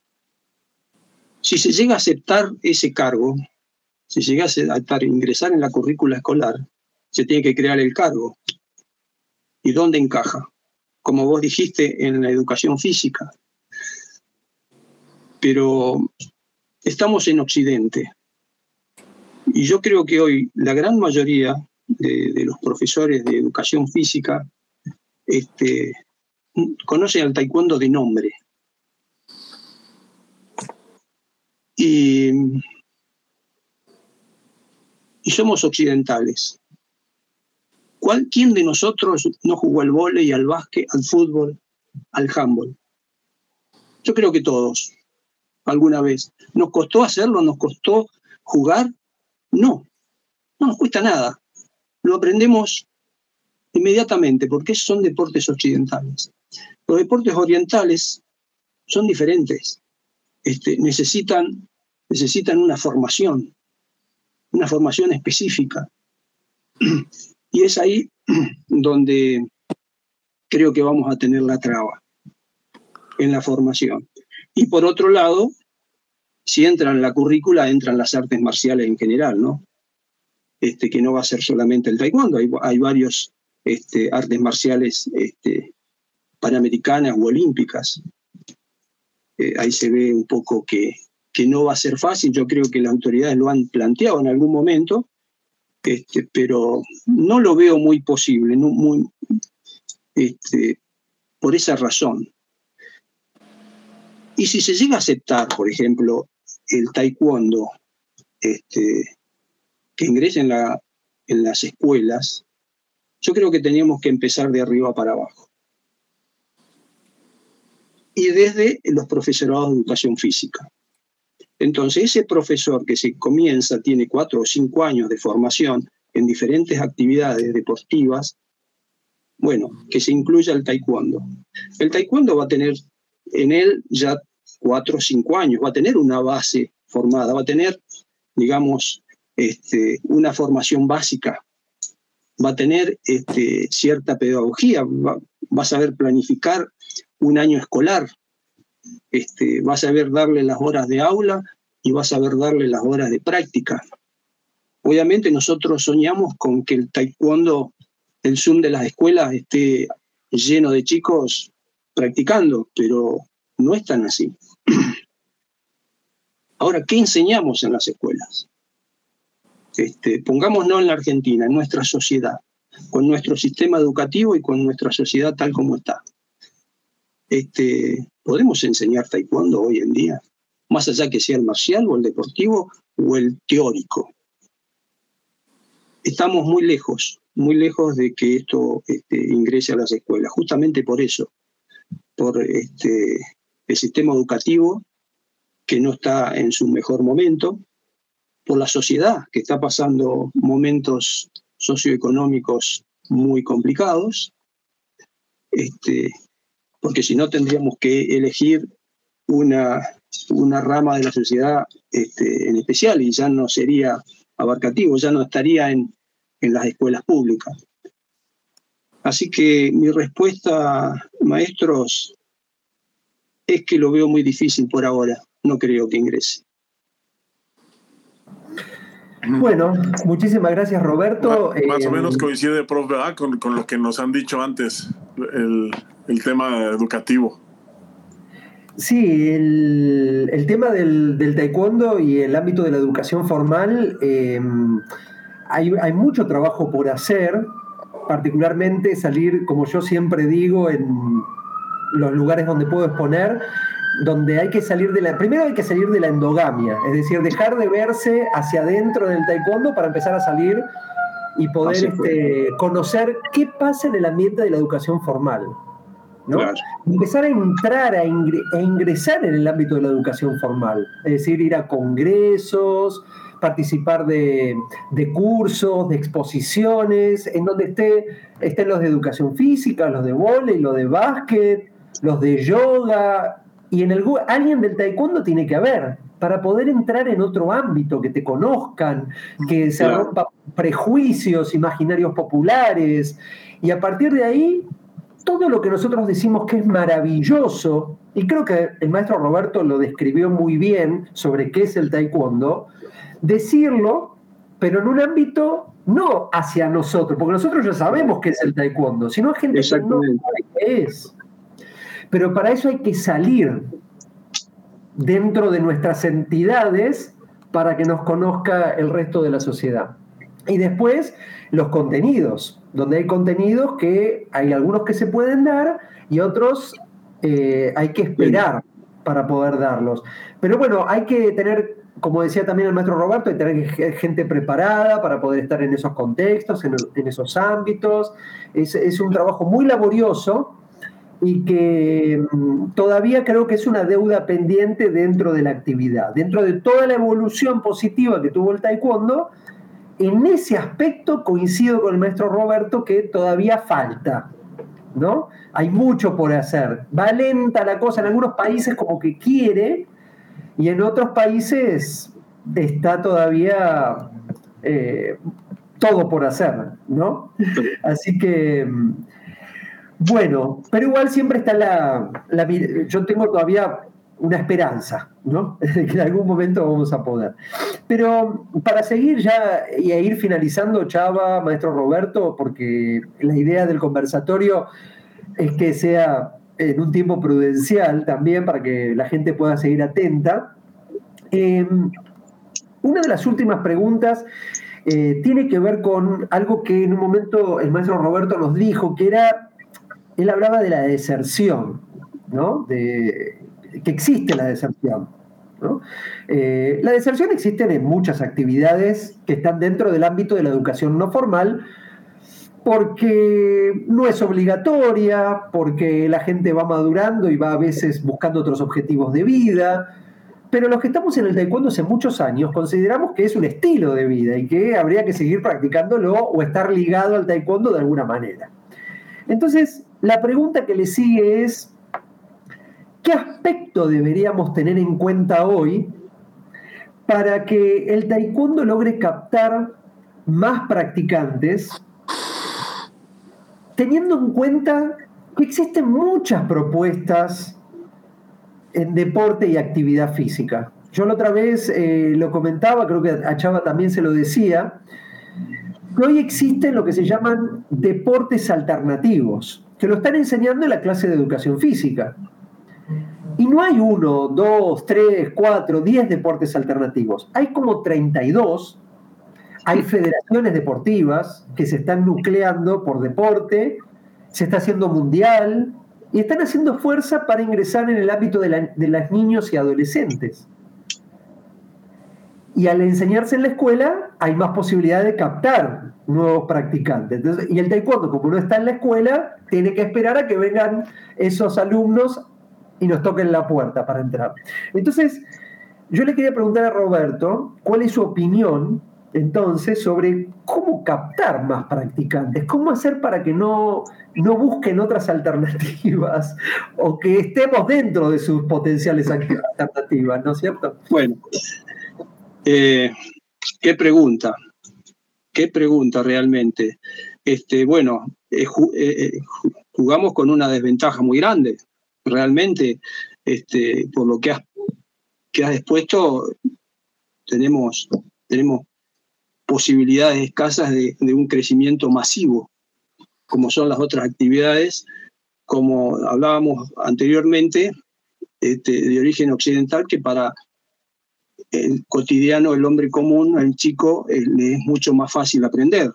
Si se llega a aceptar ese cargo, si llega a aceptar ingresar en la currícula escolar, se tiene que crear el cargo. ¿Y dónde encaja? Como vos dijiste, en la educación física. Pero estamos en Occidente. Y yo creo que hoy la gran mayoría de, de los profesores de educación física este, conocen al taekwondo de nombre. Y, y somos occidentales. ¿Cuál, ¿Quién de nosotros no jugó al vóley, al básquet, al fútbol, al handball? Yo creo que todos, alguna vez. Nos costó hacerlo, nos costó jugar, No, no nos cuesta nada. Lo aprendemos inmediatamente porque son deportes occidentales. Los deportes orientales son diferentes. Este, necesitan, necesitan una formación, una formación específica. Y es ahí donde creo que vamos a tener la traba, en la formación. Y por otro lado, si entra en la currícula, entran las artes marciales en general, ¿no? Este, que no va a ser solamente el taekwondo, hay, hay varios este, artes marciales este, panamericanas u olímpicas. Eh, ahí se ve un poco que, que no va a ser fácil. Yo creo que las autoridades lo han planteado en algún momento, este, pero no lo veo muy posible, no, muy, este, por esa razón. Y si se llega a aceptar, por ejemplo, el taekwondo, este, que ingrese en, la, en las escuelas, yo creo que teníamos que empezar de arriba para abajo. Y desde los profesorados de educación física. Entonces, ese profesor que se comienza, tiene cuatro o cinco años de formación en diferentes actividades deportivas, bueno, que se incluya el taekwondo. El taekwondo va a tener en él ya cuatro o cinco años, va a tener una base formada, va a tener, digamos, este, una formación básica, va a tener este, cierta pedagogía, va, va a saber planificar un año escolar, este, va a saber darle las horas de aula y va a saber darle las horas de práctica. Obviamente nosotros soñamos con que el taekwondo, el Zoom de las escuelas esté lleno de chicos practicando, pero no es tan así. Ahora, ¿qué enseñamos en las escuelas? Este, pongámonos en la Argentina, en nuestra sociedad, con nuestro sistema educativo y con nuestra sociedad tal como está. Este, ¿podemos enseñar taekwondo hoy en día? Más allá que sea el marcial o el deportivo o el teórico. Estamos muy lejos, muy lejos de que esto este, ingrese a las escuelas. Justamente por eso, por este, el sistema educativo que no está en su mejor momento, por la sociedad que está pasando momentos socioeconómicos muy complicados, este, porque si no tendríamos que elegir una, una rama de la sociedad este, en especial y ya no sería abarcativo, ya no estaría en, en las escuelas públicas. Así que mi respuesta, maestros, es que lo veo muy difícil por ahora. No creo que ingrese. Bueno, muchísimas gracias, Roberto. Más, más eh, o menos coincide, profe, ¿verdad? Con, con lo que nos han dicho antes, el, el tema educativo. Sí, el, el tema del, del taekwondo y el ámbito de la educación formal, eh, hay, hay mucho trabajo por hacer, particularmente salir, como yo siempre digo, en los lugares donde puedo exponer, donde hay que salir de la... Primero hay que salir de la endogamia, es decir, dejar de verse hacia adentro del taekwondo para empezar a salir y poder este, conocer qué pasa en el ambiente de la educación formal, ¿no? Claro. Empezar a entrar, a, ingre, a ingresar en el ámbito de la educación formal, es decir, ir a congresos, participar de, de cursos, de exposiciones, en donde esté, estén los de educación física, los de vóley, los de básquet, los de yoga, y en el, alguien del taekwondo tiene que haber, para poder entrar en otro ámbito, que te conozcan, que se claro. rompan prejuicios, imaginarios populares, y a partir de ahí, todo lo que nosotros decimos que es maravilloso, y creo que el maestro Roberto lo describió muy bien sobre qué es el taekwondo, decirlo, pero en un ámbito no hacia nosotros, porque nosotros ya sabemos qué es el taekwondo, sino gente que no sabe qué es. Pero para eso hay que salir dentro de nuestras entidades para que nos conozca el resto de la sociedad. Y después los contenidos, donde hay contenidos que hay algunos que se pueden dar y otros eh, hay que esperar para poder darlos. Pero bueno, hay que tener, como decía también el maestro Roberto, hay que tener gente preparada para poder estar en esos contextos, en, en esos ámbitos. Es, es un trabajo muy laborioso y que todavía creo que es una deuda pendiente dentro de la actividad. Dentro de toda la evolución positiva que tuvo el taekwondo, en ese aspecto coincido con el maestro Roberto que todavía falta, ¿no? Hay mucho por hacer. Va lenta la cosa, en algunos países como que quiere, y en otros países está todavía eh, todo por hacer, ¿no? Así que, bueno, pero igual siempre está la, la... Yo tengo todavía una esperanza, ¿no? De que en algún momento vamos a poder. Pero para seguir ya y a ir finalizando, Chava, maestro Roberto, porque la idea del conversatorio es que sea en un tiempo prudencial también para que la gente pueda seguir atenta. Eh, una de las últimas preguntas eh, tiene que ver con algo que en un momento el maestro Roberto nos dijo, que era, él hablaba de la deserción, ¿no? De, que existe la deserción, ¿no? Eh, la deserción existe en muchas actividades que están dentro del ámbito de la educación no formal, porque no es obligatoria, porque la gente va madurando y va a veces buscando otros objetivos de vida, pero los que estamos en el taekwondo hace muchos años consideramos que es un estilo de vida y que habría que seguir practicándolo o estar ligado al taekwondo de alguna manera. Entonces, la pregunta que le sigue es, ¿qué aspecto deberíamos tener en cuenta hoy para que el taekwondo logre captar más practicantes, teniendo en cuenta que existen muchas propuestas en deporte y actividad física? Yo la otra vez eh, lo comentaba, creo que a Chava también se lo decía, que hoy existen lo que se llaman deportes alternativos, que lo están enseñando en la clase de educación física. Y no hay uno, dos, tres, cuatro, diez deportes alternativos. Hay como treinta y dos. Hay federaciones deportivas que se están nucleando por deporte, se está haciendo mundial y están haciendo fuerza para ingresar en el ámbito de, la, de los niños y adolescentes. Y al enseñarse en la escuela hay más posibilidad de captar nuevos practicantes. Entonces, y el taekwondo, como no está en la escuela, tiene que esperar a que vengan esos alumnos y nos toquen la puerta para entrar. Entonces, yo le quería preguntar a Roberto cuál es su opinión entonces sobre cómo captar más practicantes, cómo hacer para que no, no busquen otras alternativas o que estemos dentro de sus potenciales alternativas, ¿no es cierto? Bueno, eh, qué pregunta, qué pregunta realmente. Este, bueno, eh, eh, jugamos con una desventaja muy grande. Realmente, este, por lo que has, que has expuesto, tenemos, tenemos posibilidades escasas de, de un crecimiento masivo, como son las otras actividades, como hablábamos anteriormente, este, de origen occidental, que para el cotidiano, el hombre común, el chico, eh, le es mucho más fácil aprender.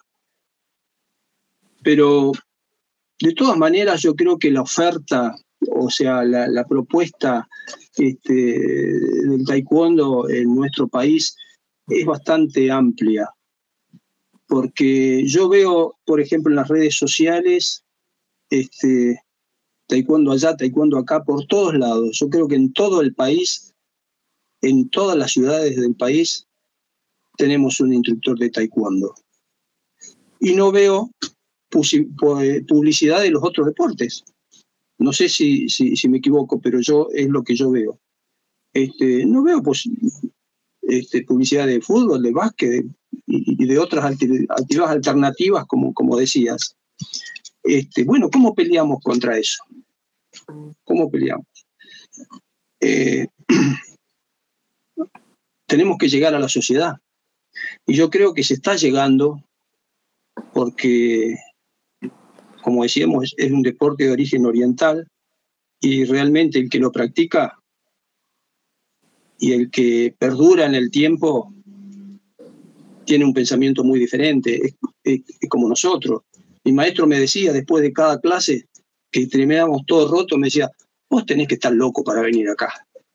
Pero, de todas maneras, yo creo que la oferta, o sea, la, la propuesta este, del taekwondo en nuestro país es bastante amplia, porque yo veo, por ejemplo, en las redes sociales, este, taekwondo allá, taekwondo acá, por todos lados. Yo creo que en todo el país, en todas las ciudades del país, tenemos un instructor de taekwondo. Y no veo publicidad de los otros deportes. No sé si, si, si me equivoco, pero yo es lo que yo veo. Este, no veo pues, este, publicidad de fútbol, de básquet de, y, y de otras actividades alternativas, como, como decías. Este, bueno, ¿cómo peleamos contra eso? ¿Cómo peleamos? Eh, tenemos que llegar a la sociedad. Y yo creo que se está llegando porque, como decíamos, es un deporte de origen oriental y realmente el que lo practica y el que perdura en el tiempo tiene un pensamiento muy diferente, es, es, es como nosotros. Mi maestro me decía después de cada clase que terminábamos todos rotos, me decía, vos tenés que estar loco para venir acá.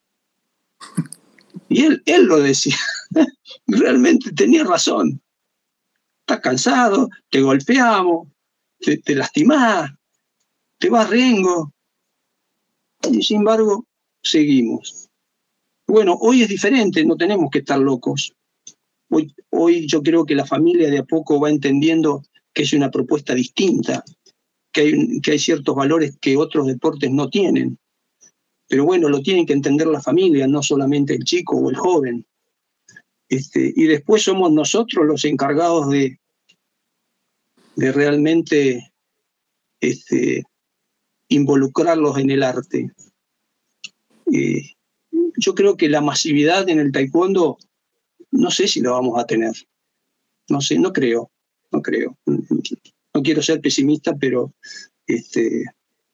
Y él, él lo decía, realmente tenía razón. Estás cansado, te golpeamos, te, te lastimás, te vas rengo. Y sin embargo, seguimos. Bueno, hoy es diferente, no tenemos que estar locos. Hoy, hoy yo creo que la familia de a poco va entendiendo que es una propuesta distinta, que hay, que hay ciertos valores que otros deportes no tienen. Pero bueno, lo tienen que entender la familia, no solamente el chico o el joven. Este, y después somos nosotros los encargados de, de realmente este, involucrarlos en el arte. Eh, yo creo que la masividad en el taekwondo, no sé si la vamos a tener. No sé, no creo, no creo. No quiero ser pesimista, pero este,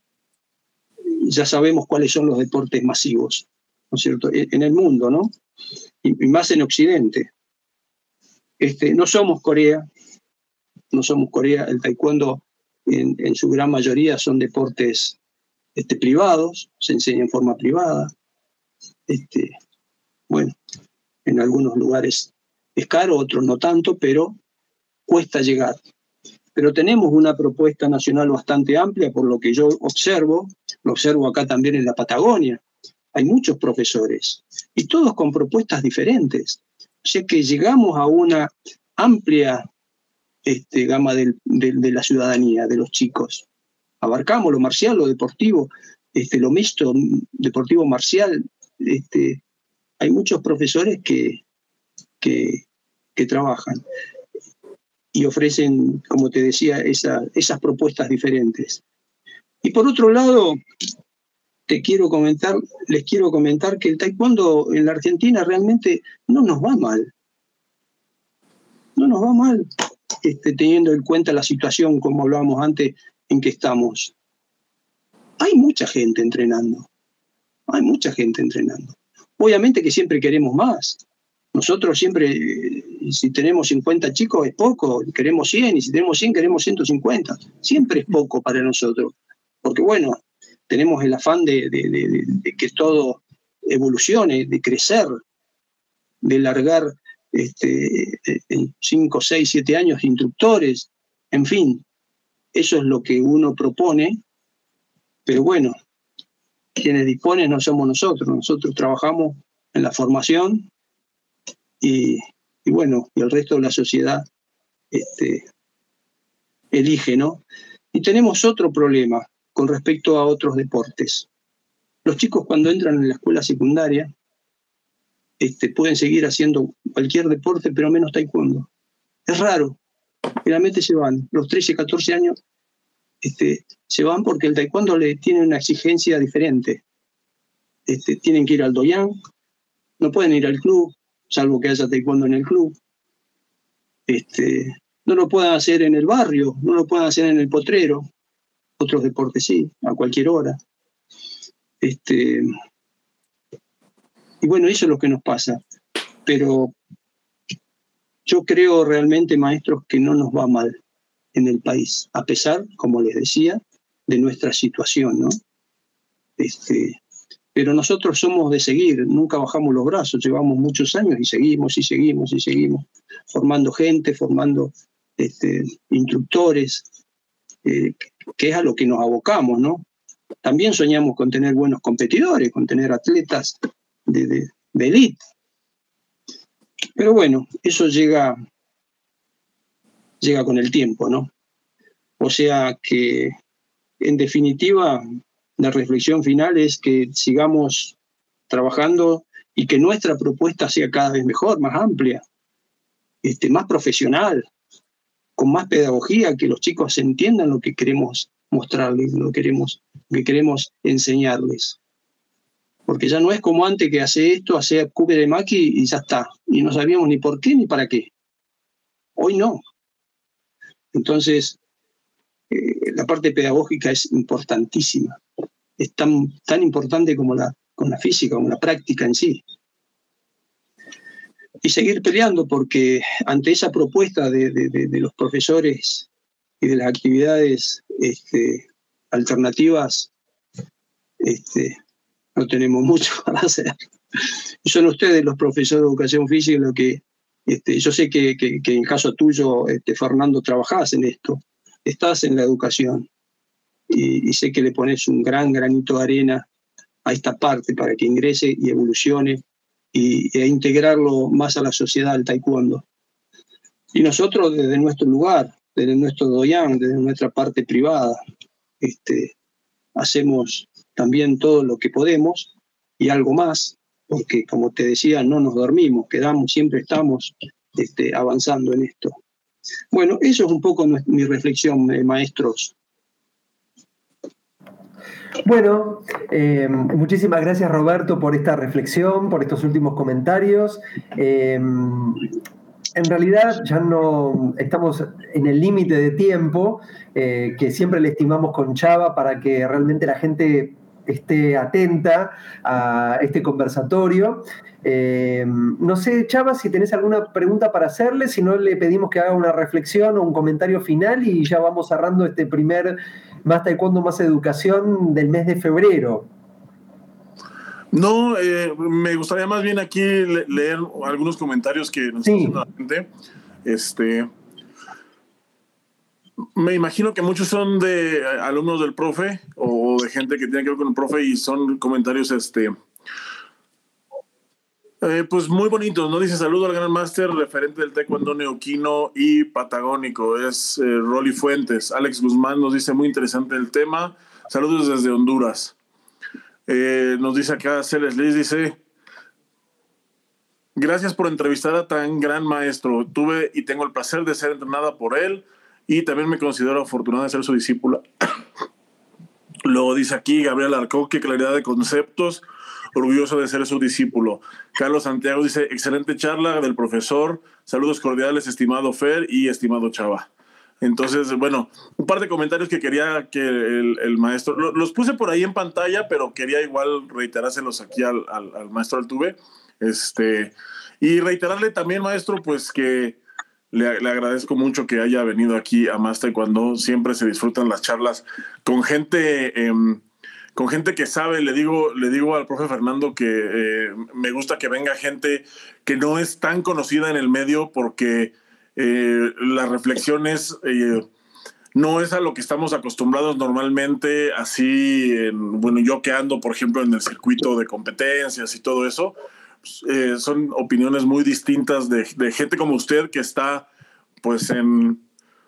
ya sabemos cuáles son los deportes masivos, ¿no es cierto?, en el mundo, ¿no? Y, y más en Occidente. Este, no somos Corea, no somos Corea. El taekwondo en, en su gran mayoría son deportes este, privados, se enseña en forma privada. Este, bueno, en algunos lugares es caro, otros no tanto, pero cuesta llegar. Pero tenemos una propuesta nacional bastante amplia, por lo que yo observo, lo observo acá también en la Patagonia. Hay muchos profesores, y todos con propuestas diferentes. O sea que llegamos a una amplia este, gama del, de, de la ciudadanía, de los chicos. Abarcamos lo marcial, lo deportivo, este, lo mixto, deportivo marcial. Este, hay muchos profesores que, que, que trabajan y ofrecen, como te decía, esa, esas propuestas diferentes. Y por otro lado, te quiero comentar, les quiero comentar que el taekwondo en la Argentina realmente no nos va mal. No nos va mal, este, teniendo en cuenta la situación, como hablábamos antes, en que estamos. Hay mucha gente entrenando. Hay mucha gente entrenando. Obviamente que siempre queremos más. Nosotros siempre, si tenemos cincuenta chicos es poco, queremos cien, y si tenemos cien queremos ciento cincuenta. Siempre es poco para nosotros, porque bueno, tenemos el afán de, de, de, de que todo evolucione, de crecer, de largar este, en cinco, seis, siete años instructores, en fin, eso es lo que uno propone, pero bueno, quienes disponen no somos nosotros, nosotros trabajamos en la formación. Y, y bueno, y el resto de la sociedad este, elige, ¿no? Y tenemos otro problema con respecto a otros deportes. Los chicos cuando entran en la escuela secundaria este, pueden seguir haciendo cualquier deporte, pero menos taekwondo. Es raro. Generalmente se van. Los trece, catorce años este, se van porque el taekwondo le tiene una exigencia diferente. Este, tienen que ir al doyan, no pueden ir al club, salvo que haya taekwondo en el club. Este, no lo pueden hacer en el barrio, no lo pueden hacer en el potrero. Otros deportes sí, a cualquier hora. Este, y bueno, eso es lo que nos pasa. Pero yo creo realmente, maestros, que no nos va mal en el país, a pesar, como les decía, de nuestra situación, ¿no? Este, pero nosotros somos de seguir, nunca bajamos los brazos, llevamos muchos años y seguimos y seguimos y seguimos, formando gente, formando este, instructores, eh, que es a lo que nos abocamos, ¿no? También soñamos con tener buenos competidores, con tener atletas de, de, de élite. Pero bueno, eso llega, llega con el tiempo, ¿no? O sea que, en definitiva, la reflexión final es que sigamos trabajando y que nuestra propuesta sea cada vez mejor, más amplia, este, más profesional, con más pedagogía, que los chicos entiendan lo que queremos mostrarles, lo que queremos, lo que queremos enseñarles. Porque ya no es como antes que hace esto, hace cube de maki y ya está. Y no sabíamos ni por qué ni para qué. Hoy no. Entonces, eh, la parte pedagógica es importantísima. Es tan, tan importante como la, como la física, como la práctica en sí. Y seguir peleando, porque ante esa propuesta de, de, de, de los profesores y de las actividades este, alternativas, este, no tenemos mucho para hacer. Y son ustedes, los profesores de educación física, lo que este, yo sé que, que, que en el caso tuyo, este, Fernando, trabajás en esto, estás en la educación. Y, y sé que le pones un gran granito de arena a esta parte para que ingrese y evolucione y, e integrarlo más a la sociedad del taekwondo. Y nosotros desde nuestro lugar, desde nuestro doyán, desde nuestra parte privada, este, hacemos también todo lo que podemos y algo más, porque como te decía, no nos dormimos, quedamos, siempre estamos este, avanzando en esto. Bueno, eso es un poco mi reflexión, eh, maestros. Bueno, eh, muchísimas gracias, Roberto, por esta reflexión, por estos últimos comentarios. Eh, en realidad ya no estamos en el límite de tiempo eh, que siempre le estimamos con Chava para que realmente la gente esté atenta a este conversatorio. Eh, no sé, Chava, si tenés alguna pregunta para hacerle, si no le pedimos que haga una reflexión o un comentario final y ya vamos cerrando este primer Más Taekwondo, Más Educación del mes de febrero. No, eh, me gustaría más bien aquí le leer algunos comentarios que nos sí. está haciendo la gente. Este, me imagino que muchos son de alumnos del profe o de gente que tiene que ver con el profe y son comentarios este, eh, pues muy bonitos, ¿no? Dice saludo al gran máster referente del taekwondo neoquino y patagónico, es eh, Rolly Fuentes. Alex Guzmán nos dice muy interesante el tema, saludos desde Honduras. Eh, nos dice acá Celes Liz, dice gracias por entrevistar a tan gran maestro, tuve y tengo el placer de ser entrenada por él y también me considero afortunada de ser su discípula. Luego dice aquí Gabriel Arcó, qué claridad de conceptos, orgulloso de ser su discípulo. Carlos Santiago dice excelente charla del profesor, saludos cordiales estimado Fer y estimado Chava. Entonces, bueno, un par de comentarios que quería que el, el maestro... Los puse por ahí en pantalla, pero quería igual reiterárselos aquí al, al, al maestro Altuve. Este, y reiterarle también, maestro, pues que le, le agradezco mucho que haya venido aquí a Más Taekwondo. Siempre se disfrutan las charlas con gente... Eh, con gente que sabe. Le digo, le digo al profe Fernando que eh, me gusta que venga gente que no es tan conocida en el medio porque... Eh, las reflexiones eh, no es a lo que estamos acostumbrados normalmente, así, en, bueno, yo que ando, por ejemplo, en el circuito de competencias y todo eso, pues, eh, son opiniones muy distintas de, de gente como usted que está, pues, en,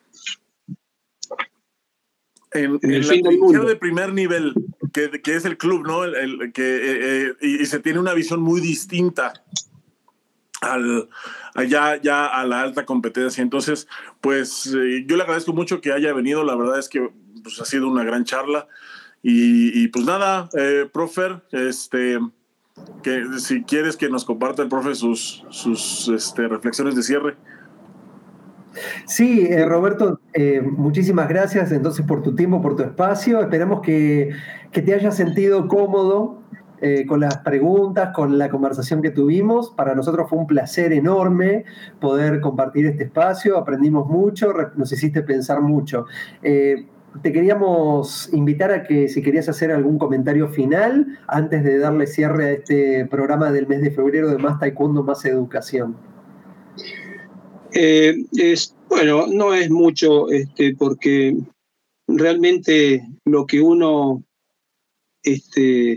en, en, en la trinchera de primer nivel, que, que es el club, ¿no? El, el, que, eh, eh, y, y se tiene una visión muy distinta Al, allá ya a la alta competencia. Entonces, pues eh, yo le agradezco mucho que haya venido. La verdad es que pues, ha sido una gran charla. Y, y pues nada, eh, profe, este, que si quieres que nos comparta el profe sus, sus este, reflexiones de cierre. Sí, eh, Roberto, eh, muchísimas gracias entonces por tu tiempo, por tu espacio. Esperamos que, que te hayas sentido cómodo Eh, con las preguntas, con la conversación que tuvimos. Para nosotros fue un placer enorme poder compartir este espacio, aprendimos mucho, nos hiciste pensar mucho. Eh, te queríamos invitar a que si querías hacer algún comentario final antes de darle cierre a este programa del mes de febrero de Más Taekwondo, Más Educación. Eh, es, bueno, no es mucho, este, porque realmente lo que uno... Este,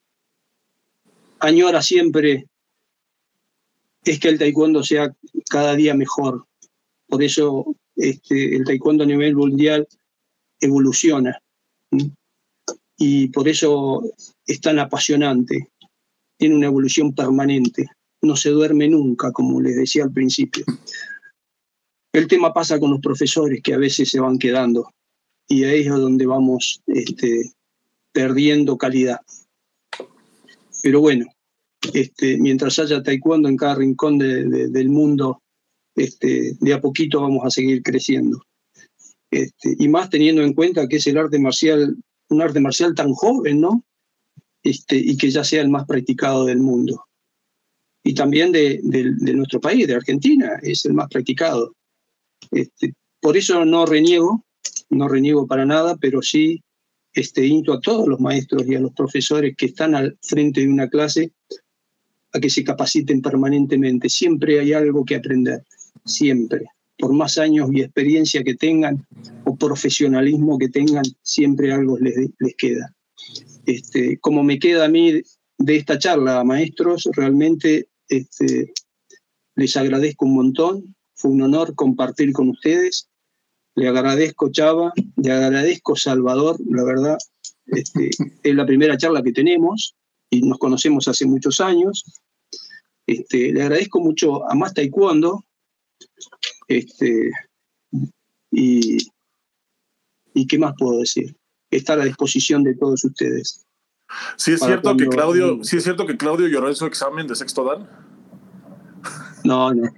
añora siempre es que el taekwondo sea cada día mejor. Por eso este, el taekwondo a nivel mundial evoluciona. ¿sí? Y por eso es tan apasionante. Tiene una evolución permanente. No se duerme nunca, como les decía al principio. El tema pasa con los profesores, que a veces se van quedando. Y ahí es donde vamos este, perdiendo calidad. Pero bueno, este, mientras haya taekwondo en cada rincón de, de, del mundo, este, de a poquito vamos a seguir creciendo. Este, y más teniendo en cuenta que es el arte marcial, un arte marcial tan joven, ¿no? Este, y que ya sea el más practicado del mundo. Y también de, de, de nuestro país, de Argentina, es el más practicado. Este, por eso no reniego, no reniego para nada, pero sí Este, insto a todos los maestros y a los profesores que están al frente de una clase a que se capaciten permanentemente. Siempre hay algo que aprender, siempre. Por más años y experiencia que tengan o profesionalismo que tengan, siempre algo les, les queda. Este, como me queda a mí de esta charla, maestros, realmente este, les agradezco un montón fue un honor compartir con ustedes. Le agradezco, Chava, le agradezco, Salvador, la verdad, este, es la primera charla que tenemos y nos conocemos hace muchos años. Este, le agradezco mucho a Más Taekwondo, este, y, y ¿qué más puedo decir? Está a la disposición de todos ustedes. Sí es cierto cuando... que Claudio, sí es cierto que Claudio lloró en su examen de sexto dan. No, no.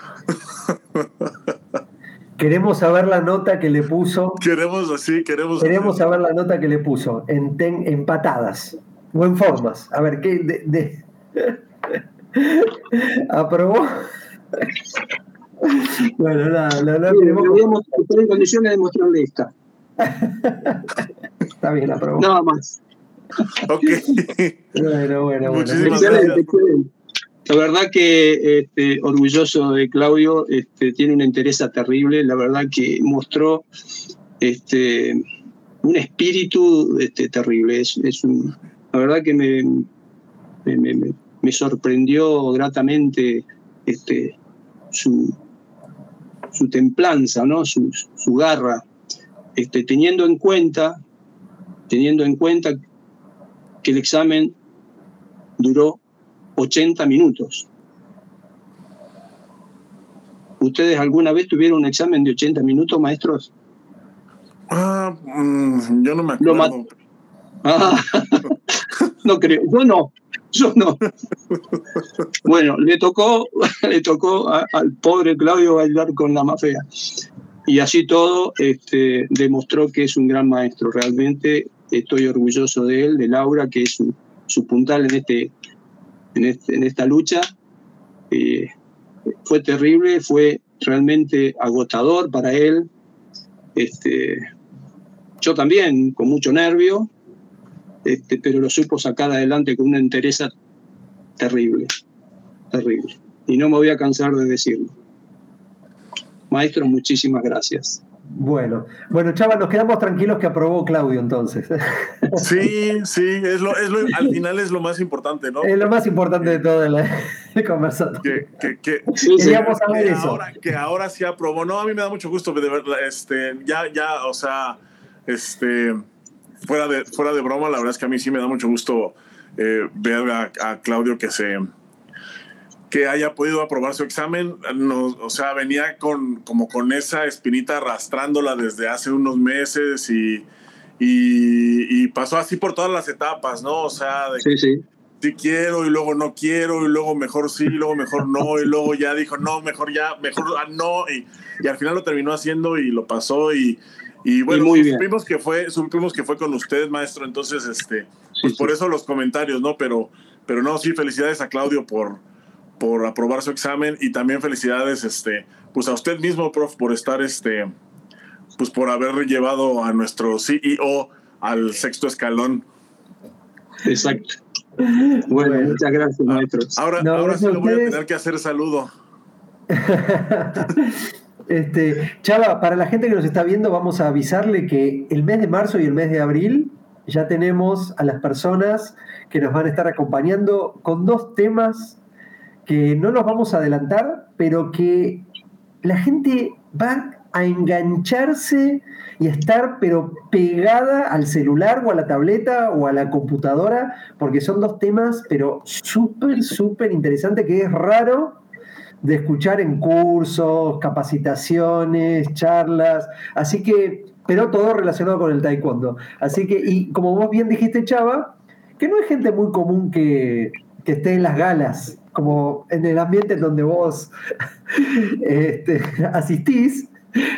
Queremos saber la nota que le puso. Queremos así, queremos. Queremos así. saber la nota que le puso en, ten, en patadas o en formas. A ver, ¿qué? De, de... ¿Aprobó? Bueno, nada, la verdad tenemos que estar en condiciones de mostrarle esta. Está bien, aprobó. Nada más. Ok. Bueno, bueno, bueno. Muchísimas excelente, gracias. excelente. La verdad que este, orgulloso de Claudio, este, tiene una entereza terrible, la verdad que mostró este, un espíritu este, terrible. Es, es un, la verdad que me, me, me, me sorprendió gratamente este, su, su templanza, ¿no? su, su garra, este, teniendo en cuenta, teniendo en cuenta que el examen duró ochenta minutos. ¿Ustedes alguna vez tuvieron un examen de ochenta minutos, maestros? Ah, mmm, yo no me acuerdo. Lo ah, no creo, yo no, yo no. Bueno, le tocó, le tocó a, al pobre Claudio bailar con la más fea. Y así todo, este, demostró que es un gran maestro. Realmente estoy orgulloso de él, de Laura, que es su, su puntal en este En, este, en esta lucha. Eh, fue terrible, fue realmente agotador para él. Este, yo también, con mucho nervio, este, pero lo supo sacar adelante con una entereza terrible, terrible. Y no me voy a cansar de decirlo. Maestro, muchísimas gracias. Bueno, bueno, Chava, nos quedamos tranquilos que aprobó Claudio entonces. Sí, sí, es lo, es lo, al final es lo más importante, ¿no? Es lo más importante de todo el, el conversatorio. Que, que, que, sí, queríamos que, saber que eso. Ahora, que ahora sí aprobó. No, a mí me da mucho gusto de verdad, este, ya, ya, o sea, este, fuera de, fuera de broma, la verdad es que a mí sí me da mucho gusto eh, ver a, a Claudio que se que haya podido aprobar su examen. No, o sea, venía con, como con esa espinita arrastrándola desde hace unos meses y, y, y pasó así por todas las etapas, ¿no? O sea, de sí, sí. sí quiero y luego no quiero y luego mejor sí y luego mejor no y luego ya dijo no, mejor ya, mejor no y, y al final lo terminó haciendo y lo pasó y, y bueno, y supimos que fue supimos que fue con usted, maestro, entonces este pues sí, por sí. eso los comentarios, ¿no? Pero, pero no, sí, felicidades a Claudio por por aprobar su examen y también felicidades este pues a usted mismo, prof, por estar este pues por haber llevado a nuestro C E O al sexto escalón. Exacto. Bueno, bueno, muchas gracias, maestros. Ahora, no, ahora sí le lo voy a tener que hacer saludo. este, Chava, para la gente que nos está viendo, vamos a avisarle que el mes de marzo y el mes de abril ya tenemos a las personas que nos van a estar acompañando con dos temas que no los vamos a adelantar, pero que la gente va a engancharse y estar pero pegada al celular o a la tableta o a la computadora, porque son dos temas pero súper, súper interesantes, que es raro de escuchar en cursos, capacitaciones, charlas, así que, pero todo relacionado con el taekwondo. Así que, y como vos bien dijiste, Chava, que no es gente muy común que, que esté en las galas, como en el ambiente en donde vos este, asistís.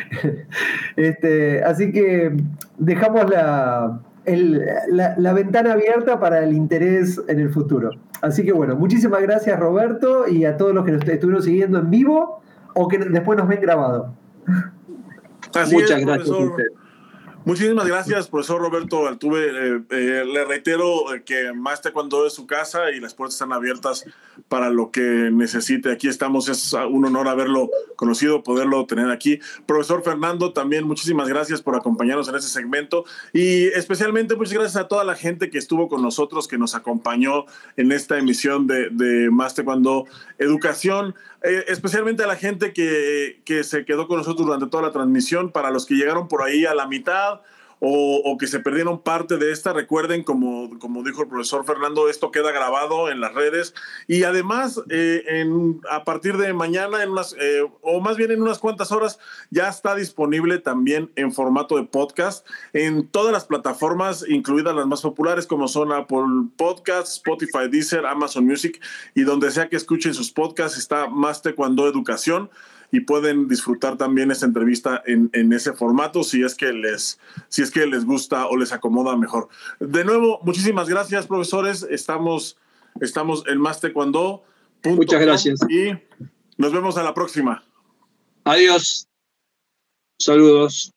Este, así que dejamos la, el, la, la ventana abierta para el interés en el futuro. Así que bueno, muchísimas gracias, Roberto, y a todos los que nos estuvieron siguiendo en vivo o que después nos ven grabado. Así Muchas es, gracias. profesor. Muchísimas gracias, profesor Roberto Altuve. Eh, eh, le reitero que Más Taekwondo es su casa y las puertas están abiertas para lo que necesite. Aquí estamos, es un honor haberlo conocido, poderlo tener aquí. Profesor Fernando, también muchísimas gracias por acompañarnos en este segmento y especialmente muchas gracias a toda la gente que estuvo con nosotros, que nos acompañó en esta emisión de, de Más Taekwondo Educación. Eh, especialmente a la gente que, que se quedó con nosotros durante toda la transmisión, para los que llegaron por ahí a la mitad o, o que se perdieron parte de esta, recuerden, como, como dijo el profesor Fernando, esto queda grabado en las redes y además eh, en, a partir de mañana, en unas, eh, o más bien en unas cuantas horas, ya está disponible también en formato de podcast en todas las plataformas, incluidas las más populares como son Apple Podcasts, Spotify, Deezer, Amazon Music, y donde sea que escuchen sus podcasts está Más Taekwondo Educación y pueden disfrutar también esta entrevista en, en ese formato si es que les si es que les gusta o les acomoda mejor. De nuevo, muchísimas gracias, profesores. Estamos, estamos en Más Taekwondo punto com. Muchas gracias. Y nos vemos a la próxima. Adiós. Saludos.